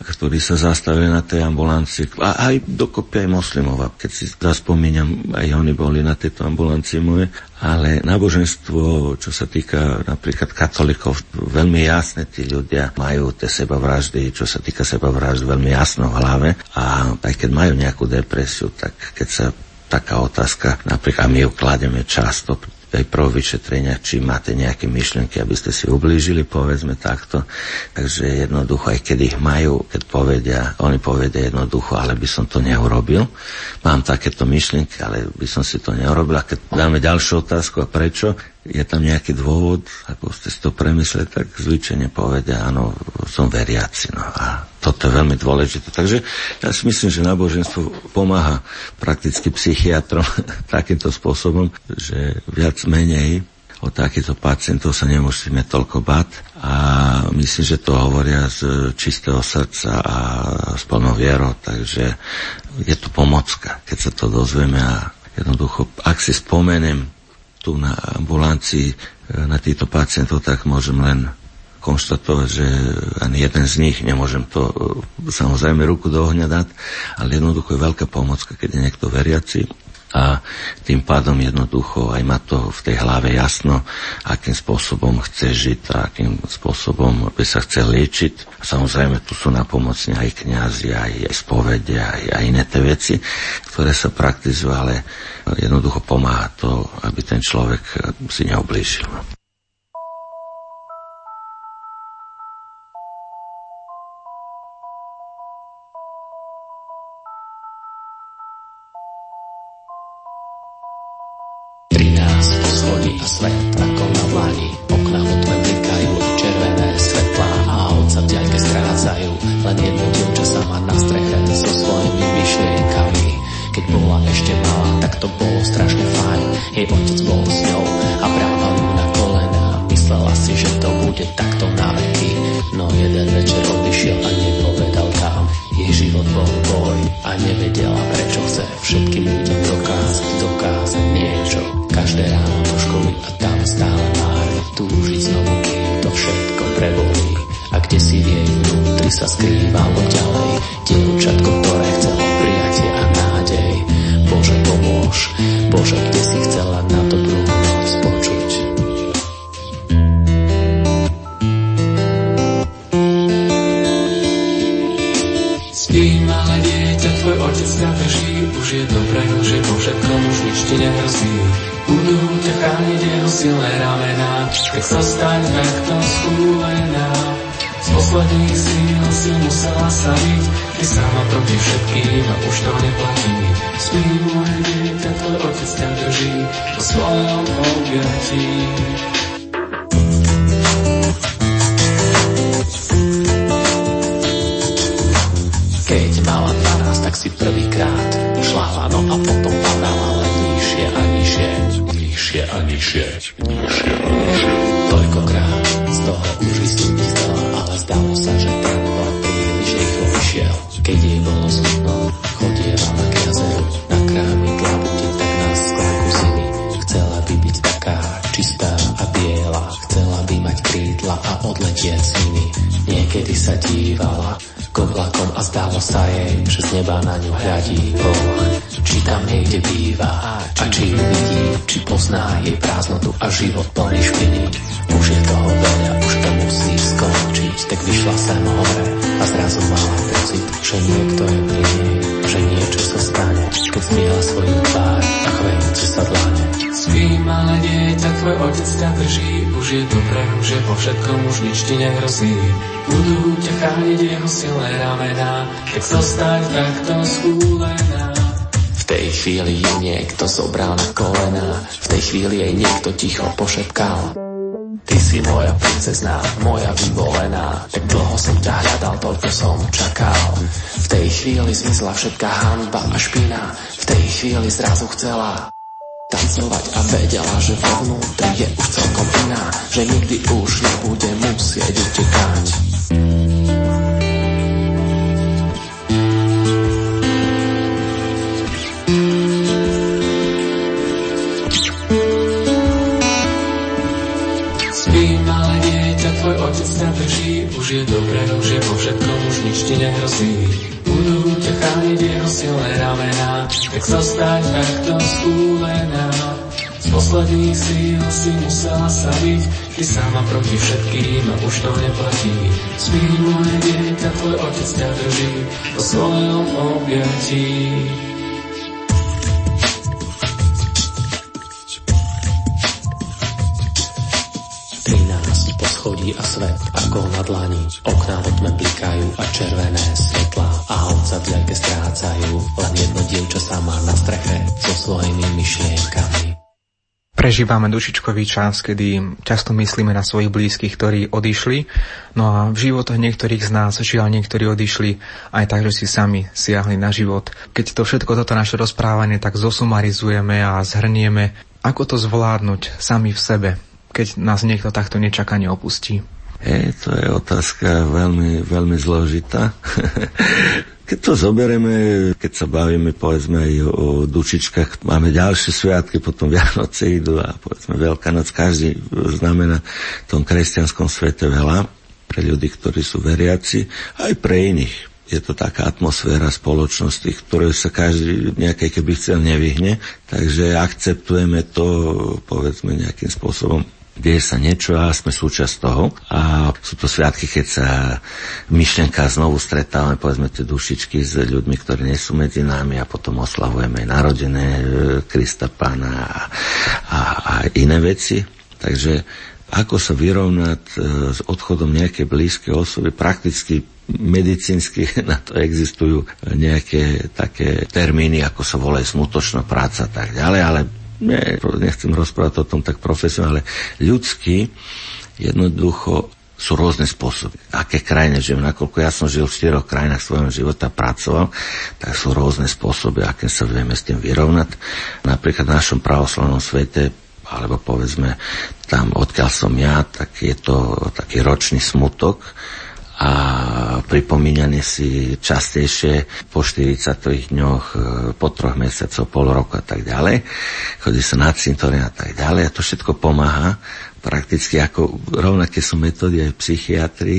ktorí sa zastavili na tej ambulancii. A aj dokopy aj moslimov. Keď si zaspomínam, aj oni boli na tejto ambulancii moje. Ale náboženstvo, čo sa týka napríklad katolíkov, veľmi jasné, tí ľudia majú tie sebavraždy, čo sa týka sebavražd, veľmi jasno v hlave. A aj keď majú nejakú depresiu, tak keď sa taká otázka, napríklad my ju klademe často aj pro vyšetrenia, či máte nejaké myšlienky, aby ste si ublížili, povedzme takto. Takže jednoducho, aj keď ich majú, keď oni povedia jednoducho, ale by som to neurobil. Mám takéto myšlienky, ale by som si to neurobil. A keď dáme ďalšiu otázku, a prečo? Je tam nejaký dôvod, ako ste si to premysleli, tak zvyčajne povedia, áno, som veriaci. No a toto je veľmi dôležité. Takže ja si myslím, že náboženstvo pomáha prakticky psychiatrom takýmto spôsobom, že viac menej o takýchto pacientov sa nemusíme toľko bať a myslím, že to hovoria z čistého srdca a s plnou vierou, takže je to pomocka, keď sa to dozvieme a jednoducho, ak si spomenem tu na ambulancii na týchto pacientov, tak môžem len konštatovať, že ani jeden z nich, nemôžem to samozrejme ruku do ohňa dať, ale jednoducho je veľká pomocka, keď je niekto veriaci a tým pádom jednoducho aj má to v tej hlave jasno, akým spôsobom chce žiť a akým spôsobom by sa chcel liečiť. A samozrejme tu sú napomocní aj kňazi, aj spovede, aj iné tie veci, ktoré sa praktizujú, ale jednoducho pomáha to, aby ten človek si neublížil. A svet ako na dlani, okná motve blikajú, červené svetlá a aut sa v diaľke strácajú. Len jedno dievča sama na streche so svojimi myšlienkami. Keď bola ešte malá, tak to bolo strašne fajn. Jej otec bol s ňou a brával ju na kolená. Myslela si, že to bude takto na veky. No jeden večer odišiel a nepovedal kam. Jej život bol boj a nevedela, prečo chce všetkým ľuďom dokázať niečo. Každé ráno do školy a tam stále mári túžiť znovu, kým to všetko prebolí. A kde si v jej vnútri sa skrývalo ďalej dievčatko, ktoré chcelo prijatie a nádej. Bože, pomôž, Bože, kde si chcela na dobrú noc počuť. Spí, malé dieťa, tvoj otec ťa drží, už je dobré, že vo všetkom už nič ti nehrozí. Budú ťa chrániť jeho silné ramená, keď sa staň takto schúlená. Z posledných síl si musela sa byť, ty sama proti všetkým a už to neplatí. Spí, moje dieťa, tvoj otec ťa drží vo svojom objatí. Keď mala 12, tak si prvýkrát šla, no a potom padala len nižšie a nižšie. Toľkokrát z toho už vystala, ale zdalo sa, že tramvaj príliš rýchlo vyšiel. Keď jej bolo smutno, chodievala k jazeru, na krámik labute, tak na sklenku zimy. Chcela by byť taká čistá a biela, chcela by mať krídla a odletieť s nimi. Niekedy sa dívala k oblakom a zdalo sa jej, že z neba na ňu hľadí Boh. Či tam niekde býva a či ju vidí, či pozná jej prázdnotu a život plný špiny. Už je toho veľa, už to musí skončiť. Tak vyšla sem hore a zrazu mala pocit, že niekto je pri nej, že niečo sa stane, keď zmiela svoju tvár a chvejúce sa dlane. Spí, malé dieťa, tvoj otec ťa drží, už je dobré, že po všetkom už nič ti nehrozí. Budú ťa chrániť jeho silné ramená, keď zostať takto schúlená. V tej chvíli ju niekto zobral na kolená, v tej chvíli jej niekto ticho pošepkal: Ty si moja princezná, moja vyvolená, tak dlho som ťa hľadal, toľko som čakal. V tej chvíli zmizla všetká hanba a špina, v tej chvíli zrazu chcela tancovať a vedela, že vo vnútri je už celkom iná, že nikdy už nebude musieť utekať. Spí, malé dieťa, tvoj otec otec ťa drží, už je dobré, už je vo všetkom, už nič ti nehrozí. Budú ťa chrániť jeho silné ramená, tak zostaň takto skúlená. Z posledných síl si musela sa byť, ty sama proti všetkým a už to neplatí. Spí moje dieťa, tvoj otec ťa drží vo svojom objatí. 13 poschodí a svet ako na dlani, okná vo tme blikajú a červené svetlá a ovca v diaľke strácajú, len jedno dievča sama na streche so svojimi myšlienkami. Prežívame dušičkový čas, kedy často myslíme na svojich blízkych, ktorí odišli. No a v životoch niektorých z nás, žiaľ, niektorí odišli aj tak, že si sami siahli na život. Keď to všetko toto naše rozprávanie tak zosumarizujeme a zhrnieme, ako to zvládnuť sami v sebe, keď nás niekto takto nečakane opustí? To je otázka veľmi, veľmi zložitá. Keď to zoberieme, keď sa bavíme povedzme aj o dušičkách, máme ďalšie sviatky, potom Vianoce idú a povedzme Veľká noc, každý znamená v tom kresťanskom svete veľa pre ľudí, ktorí sú veriaci, aj pre iných. Je to taká atmosféra spoločnosti, ktorej sa každý nejakej, keby chcel, nevyhne, takže akceptujeme to povedzme nejakým spôsobom. Deje sa niečo a sme súčasť toho. A sú to sviatky, keď sa myšlienka znovu stretávame, povedzme tie dušičky s ľuďmi, ktorí nie sú medzi nami a potom oslavujeme narodené Krista Pána a iné veci. Takže ako sa vyrovnať s odchodom nejakej blízkej osoby, prakticky medicínsky na to existujú nejaké také termíny, ako sa volajú smutočná práca a tak ďalej, ale nechcem rozprávať o tom tak profesionálne. Ľudský jednoducho sú rôzne spôsoby. Aké krajine žijem, nakoľko ja som žil v 4 krajinách svojho života, pracoval, tak sú rôzne spôsoby, aké sa vieme s tým vyrovnať. Napríklad v našom pravoslavnom svete, alebo povedzme tam, odkiaľ som ja, tak je to taký ročný smutok, a pripomínanie si častejšie po 40 dňoch, po 3 mesiacoch, pol roku a tak ďalej. Chodí sa na cintorín a tak ďalej a to všetko pomáha. Prakticky ako rovnaké sú metódy aj v psychiatrii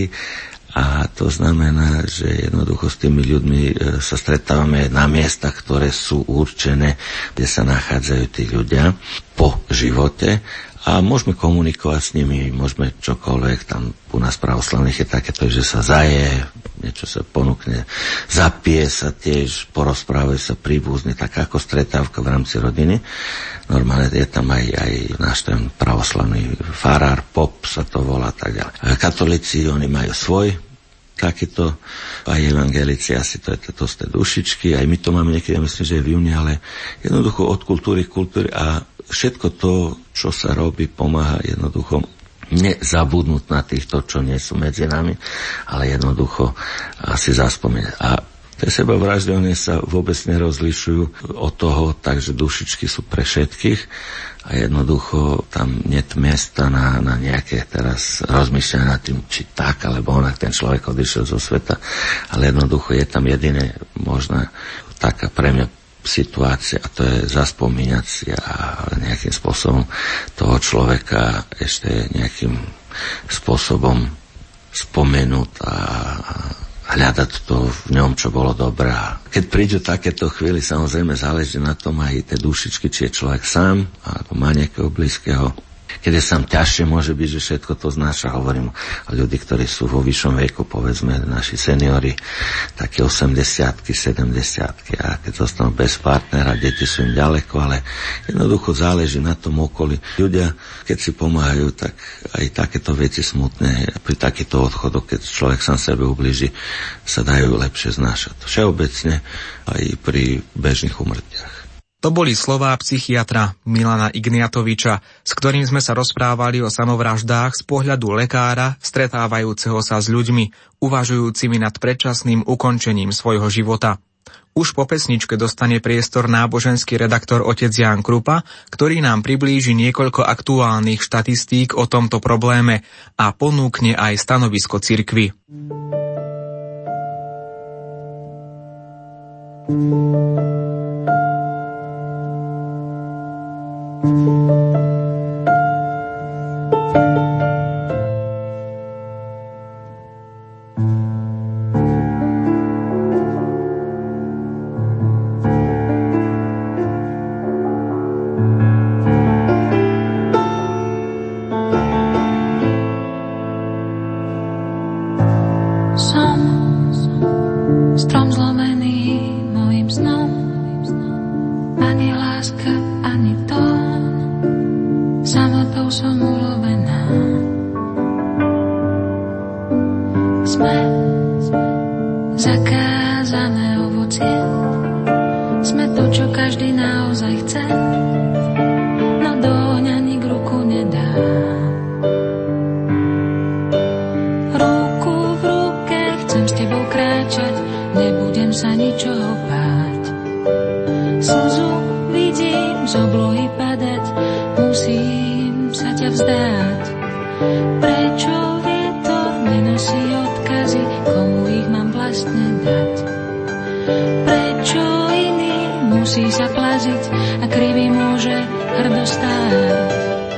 a to znamená, že jednoducho s tými ľuďmi sa stretávame na miestach, ktoré sú určené, kde sa nachádzajú tí ľudia po živote. A môžeme komunikovať s nimi, môžeme čokoľvek, tam u nás pravoslavných je takéto, že sa zaje, niečo sa ponúkne, zapije sa tiež, porozprávajú sa príbuzní, taká ako stretávka v rámci rodiny. Normálne je tam aj náš ten pravoslavný farár, pop sa to volá, tak ďalej. Katolíci, oni majú svoj takýto, aj evangelici, asi to je to z tej dušičky, aj my to máme niekedy, myslím, že je v júni, ale jednoducho od kultúry a všetko to, čo sa robí, pomáha jednoducho nezabudnúť na týchto, čo nie sú medzi nami, ale jednoducho asi zaspomínať. A tie sebavraždy, one sa vôbec nerozlišujú od toho, takže dušičky sú pre všetkých a jednoducho tam nie je miesta na nejaké teraz rozmýšľanie nad tým, či tak, alebo onak ten človek odišiel zo sveta, ale jednoducho je tam jediné možná taká pre mňa situácia a to je zaspomínať si a nejakým spôsobom toho človeka ešte nejakým spôsobom spomenúť a hľadať to v ňom, čo bolo dobré. Keď prídu takéto chvíli, samozrejme záleží na tom aj tie dušičky, či je človek sám alebo má nejakého blízkeho. Keď je sám ťažšie, môže byť, že všetko to znáša. Hovorím o ľudí, ktorí sú vo vyššom veku, povedzme naši seniori, také 80-ky, 70-ky a keď zostanú bez partnera, deti sú im ďaleko, ale jednoducho záleží na tom okolí. Ľudia, keď si pomáhajú, tak aj takéto veci smutné, pri takýchto odchodoch, keď človek sám sebe ublíži, sa dajú lepšie znášať. Všeobecne aj pri bežných úmrtiach. To boli slová psychiatra Milana Igniatoviča, s ktorým sme sa rozprávali o samovraždách z pohľadu lekára, stretávajúceho sa s ľuďmi, uvažujúcimi nad predčasným ukončením svojho života. Už po pesničke dostane priestor náboženský redaktor otec Ján Krupa, ktorý nám priblíži niekoľko aktuálnych štatistík o tomto probléme a ponúkne aj stanovisko cirkvi. Sme zakázané ovocie, sme to, čo každý naozaj chce, no do ohňa nik ruku nedá. Ruku v ruke chcem s tebou kráčať, nebudem sa ničoho báť. Slzu vidím z oblohy padať, musím sa ťa vzdať. Prečo vietor nenosí odkazy, komu ich mám vlastne dať? Prečo iný musí sa plaziť a krivý môže hrdo stáť?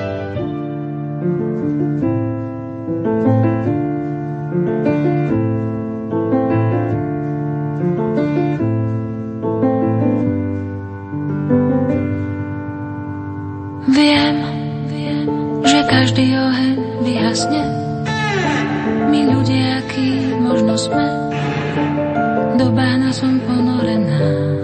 Viem, že každý oheň vyhasne. My ľudia, akí možno sme, do bahna som ponorená.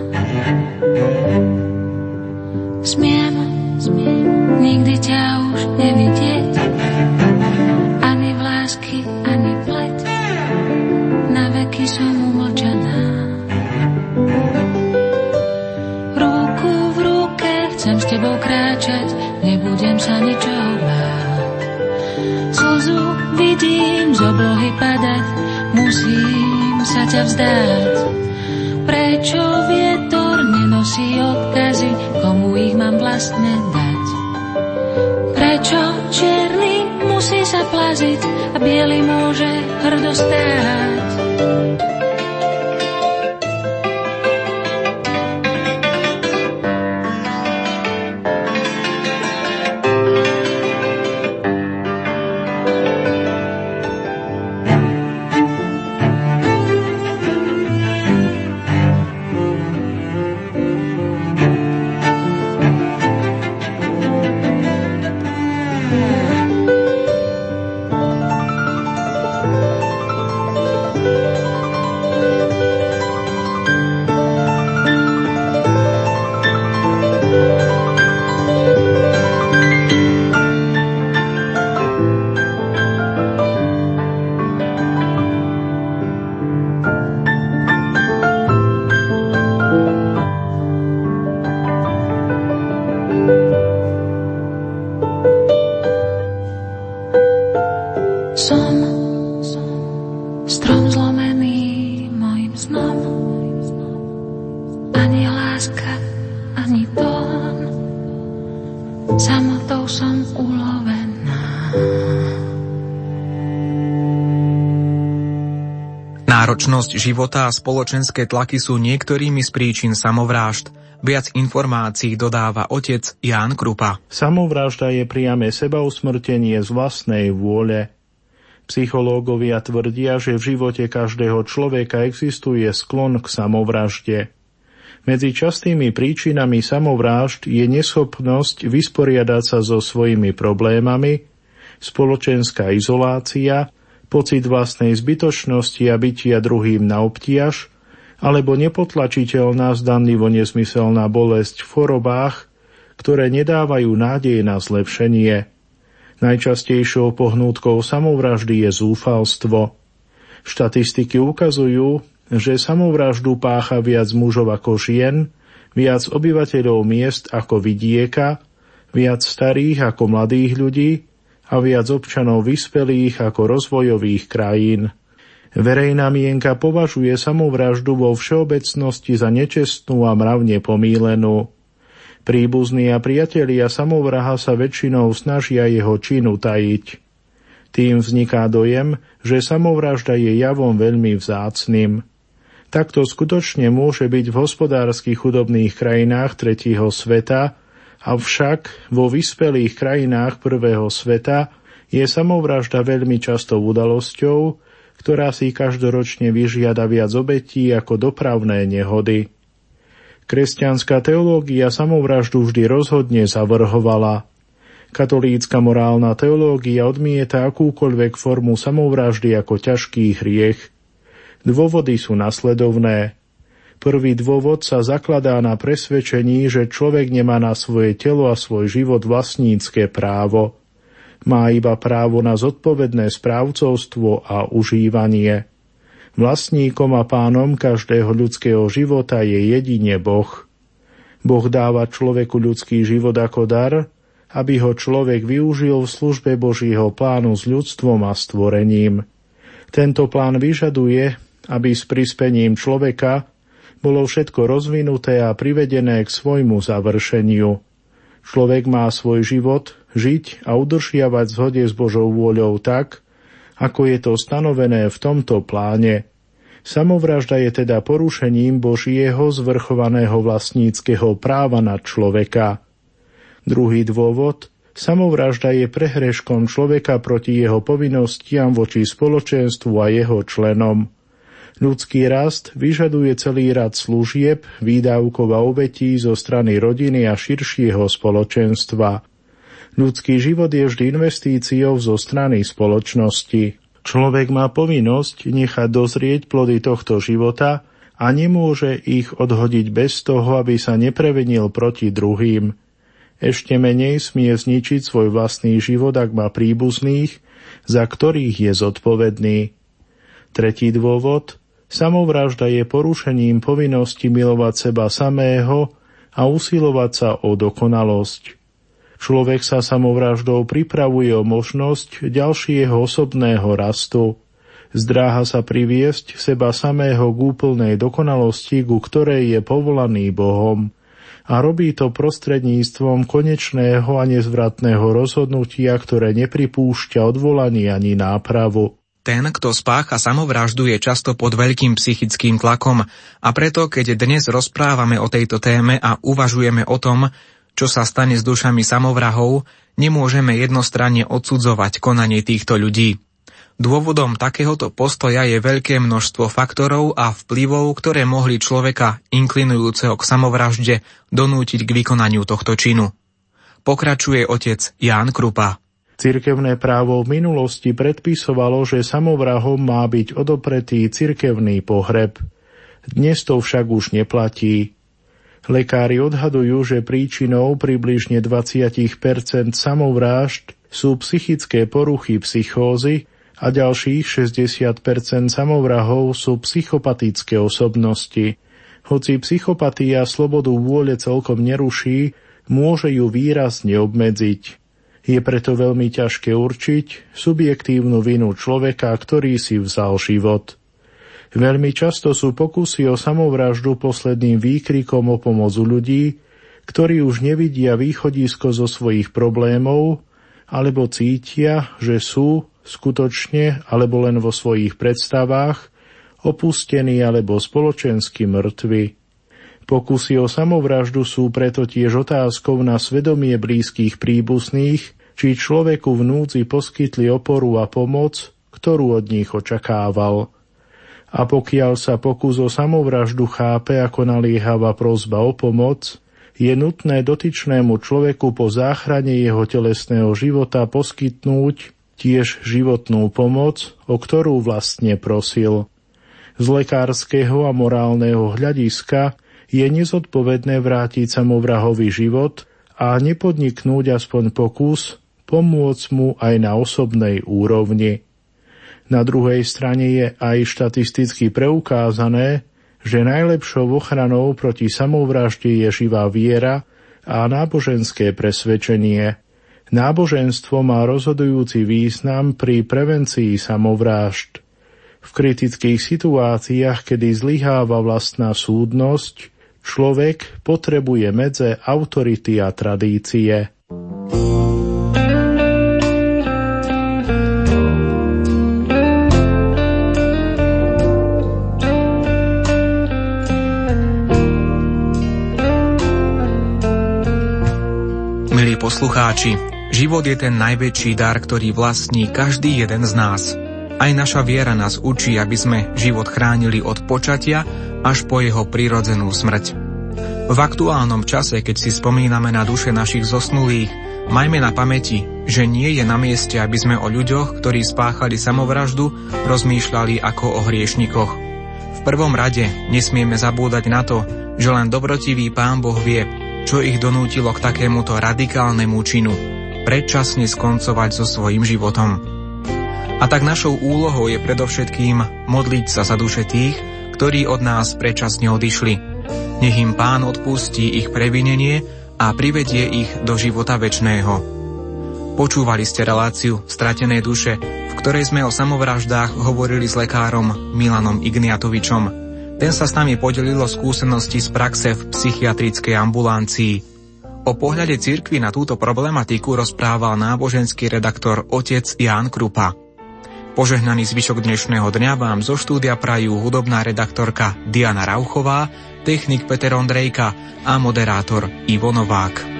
Smiem nikdy ťa už nevidieť, ani v lásky, ani pleť, na veky som umlčaná. Ruku v ruke chcem s tebou kráčať, nebudem sa ničoho báť. Slzu vidím z oblohy padať, musím sa ťa vzdať. Prečo vietor nenosí odkazy, komu ich mám vlastne dať? Prečo čierny musí sa plaziť a biely môže hrdo stáť? Strom zlomený mojim snom, ani láska, ani tón, samotou som ulovená. Náročnosť života a spoločenské tlaky sú niektorými z príčin samovrážd. Viac informácií dodáva otec Ján Krupa. Samovražda je priame sebausmrtenie z vlastnej vôle. Psychológovia tvrdia, že v živote každého človeka existuje sklon k samovražde. Medzi častými príčinami samovrážd je neschopnosť vysporiadať sa so svojimi problémami, spoločenská izolácia, pocit vlastnej zbytočnosti a bytia druhým na obtiaž, alebo nepotlačiteľná zdanlivo nezmyselná bolesť v chorobách, ktoré nedávajú nádej na zlepšenie. Najčastejšou pohnútkou samovraždy je zúfalstvo. Štatistiky ukazujú, že samovraždu pácha viac mužov ako žien, viac obyvateľov miest ako vidieka, viac starých ako mladých ľudí a viac občanov vyspelých ako rozvojových krajín. Verejná mienka považuje samovraždu vo všeobecnosti za nečestnú a mravne pomýlenú. Príbuzní a priatelia samovraha sa väčšinou snažia jeho čin utajiť. Tým vzniká dojem, že samovražda je javom veľmi vzácnym. Takto skutočne môže byť v hospodársky chudobných krajinách tretieho sveta, avšak vo vyspelých krajinách prvého sveta je samovražda veľmi častou udalosťou, ktorá si každoročne vyžiada viac obetí ako dopravné nehody. Kresťanská teológia samovraždu vždy rozhodne zavrhovala. Katolícka morálna teológia odmieta akúkoľvek formu samovraždy ako ťažký hriech. Dôvody sú nasledovné. Prvý dôvod sa zakladá na presvedčení, že človek nemá na svoje telo a svoj život vlastnícke právo. Má iba právo na zodpovedné správcovstvo a užívanie. Vlastníkom a pánom každého ľudského života je jedine Boh. Boh dáva človeku ľudský život ako dar, aby ho človek využil v službe Božieho plánu s ľudstvom a stvorením. Tento plán vyžaduje, aby s prispením človeka bolo všetko rozvinuté a privedené k svojmu završeniu. Človek má svoj život žiť a udržiavať v zhode s Božou vôľou tak, ako je to stanovené v tomto pláne. Samovražda je teda porušením Božieho zvrchovaného vlastníckeho práva nad človeka. Druhý dôvod, samovražda je prehreškom človeka proti jeho povinnostiam voči spoločenstvu a jeho členom. Ľudský rast vyžaduje celý rad služieb, výdavkov a obetí zo strany rodiny a širšieho spoločenstva. Ľudský život je vždy investíciou zo strany spoločnosti. Človek má povinnosť nechať dozrieť plody tohto života a nemôže ich odhodiť bez toho, aby sa neprevinil proti druhým. Ešte menej smie zničiť svoj vlastný život, ak má príbuzných, za ktorých je zodpovedný. Tretí dôvod, samovražda je porušením povinnosti milovať seba samého a usilovať sa o dokonalosť. Človek sa samovraždou pripravuje o možnosť ďalšieho osobného rastu. Zdráha sa priviesť seba samého k úplnej dokonalosti, ku ktorej je povolaný Bohom. A robí to prostredníctvom konečného a nezvratného rozhodnutia, ktoré nepripúšťa odvolanie ani nápravu. Ten, kto spácha samovraždu, je často pod veľkým psychickým tlakom a preto, keď dnes rozprávame o tejto téme a uvažujeme o tom, čo sa stane s dušami samovrahov, nemôžeme jednostranne odsudzovať konanie týchto ľudí. Dôvodom takéhoto postoja je veľké množstvo faktorov a vplyvov, ktoré mohli človeka inklinujúceho k samovražde donútiť k vykonaniu tohto činu. Pokračuje otec Ján Krupa. Cirkevné právo v minulosti predpisovalo, že samovrahom má byť odopretý cirkevný pohreb. Dnes to však už neplatí. Lekári odhadujú, že príčinou približne 20% samovrážd sú psychické poruchy psychózy a ďalších 60% samovrahov sú psychopatické osobnosti. Hoci psychopatia slobodu vôle celkom neruší, môže ju výrazne obmedziť. Je preto veľmi ťažké určiť subjektívnu vinu človeka, ktorý si vzal život. Veľmi často sú pokusy o samovraždu posledným výkrikom o pomoc ľudí, ktorí už nevidia východisko zo svojich problémov, alebo cítia, že sú skutočne alebo len vo svojich predstavách opustení alebo spoločensky mŕtvi. Pokusy o samovraždu sú preto tiež otázkou na svedomie blízkych príbuzných, či človeku v núdzi poskytli oporu a pomoc, ktorú od nich očakával. A pokiaľ sa pokus o samovraždu chápe ako naliehavá prosba o pomoc, je nutné dotyčnému človeku po záchrane jeho telesného života poskytnúť tiež životnú pomoc, o ktorú vlastne prosil. Z lekárskeho a morálneho hľadiska je nezodpovedné vrátiť samovrahovi život a nepodniknúť aspoň pokus pomôcť mu aj na osobnej úrovni. Na druhej strane je aj štatisticky preukázané, že najlepšou ochranou proti samovražde je živá viera a náboženské presvedčenie. Náboženstvo má rozhodujúci význam pri prevencii samovrážd. V kritických situáciách, kedy zlyháva vlastná súdnosť, človek potrebuje medze autority a tradície. Milí poslucháči, život je ten najväčší dar, ktorý vlastní každý jeden z nás. Aj naša viera nás učí, aby sme život chránili od počatia až po jeho prirodzenú smrť. V aktuálnom čase, keď si spomíname na duše našich zosnulých, majme na pamäti, že nie je na mieste, aby sme o ľuďoch, ktorí spáchali samovraždu, rozmýšľali ako o hriešnikoch. V prvom rade nesmieme zabúdať na to, že len dobrotivý Pán Boh vie, čo ich donútilo k takémuto radikálnemu činu. predčasne skoncovať so svojím životom. A tak našou úlohou je predovšetkým modliť sa za duše tých, ktorí od nás predčasne odišli. Nech im Pán odpustí ich previnenie a privedie ich do života večného. Počúvali ste reláciu Stratené duše, v ktorej sme o samovraždách hovorili s lekárom Milanom Igniatovičom. Ten sa s nami podelil o skúsenosti z praxe v psychiatrickej ambulancii. O pohľade cirkvi na túto problematiku rozprával náboženský redaktor otec Ján Krupa. Požehnaný zvyšok dnešného dňa vám zo štúdia prajú hudobná redaktorka Diana Rauchová, technik Peter Ondrejka a moderátor Ivo Novák.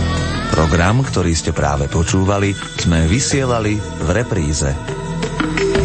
Program, ktorý ste práve počúvali, sme vysielali v repríze.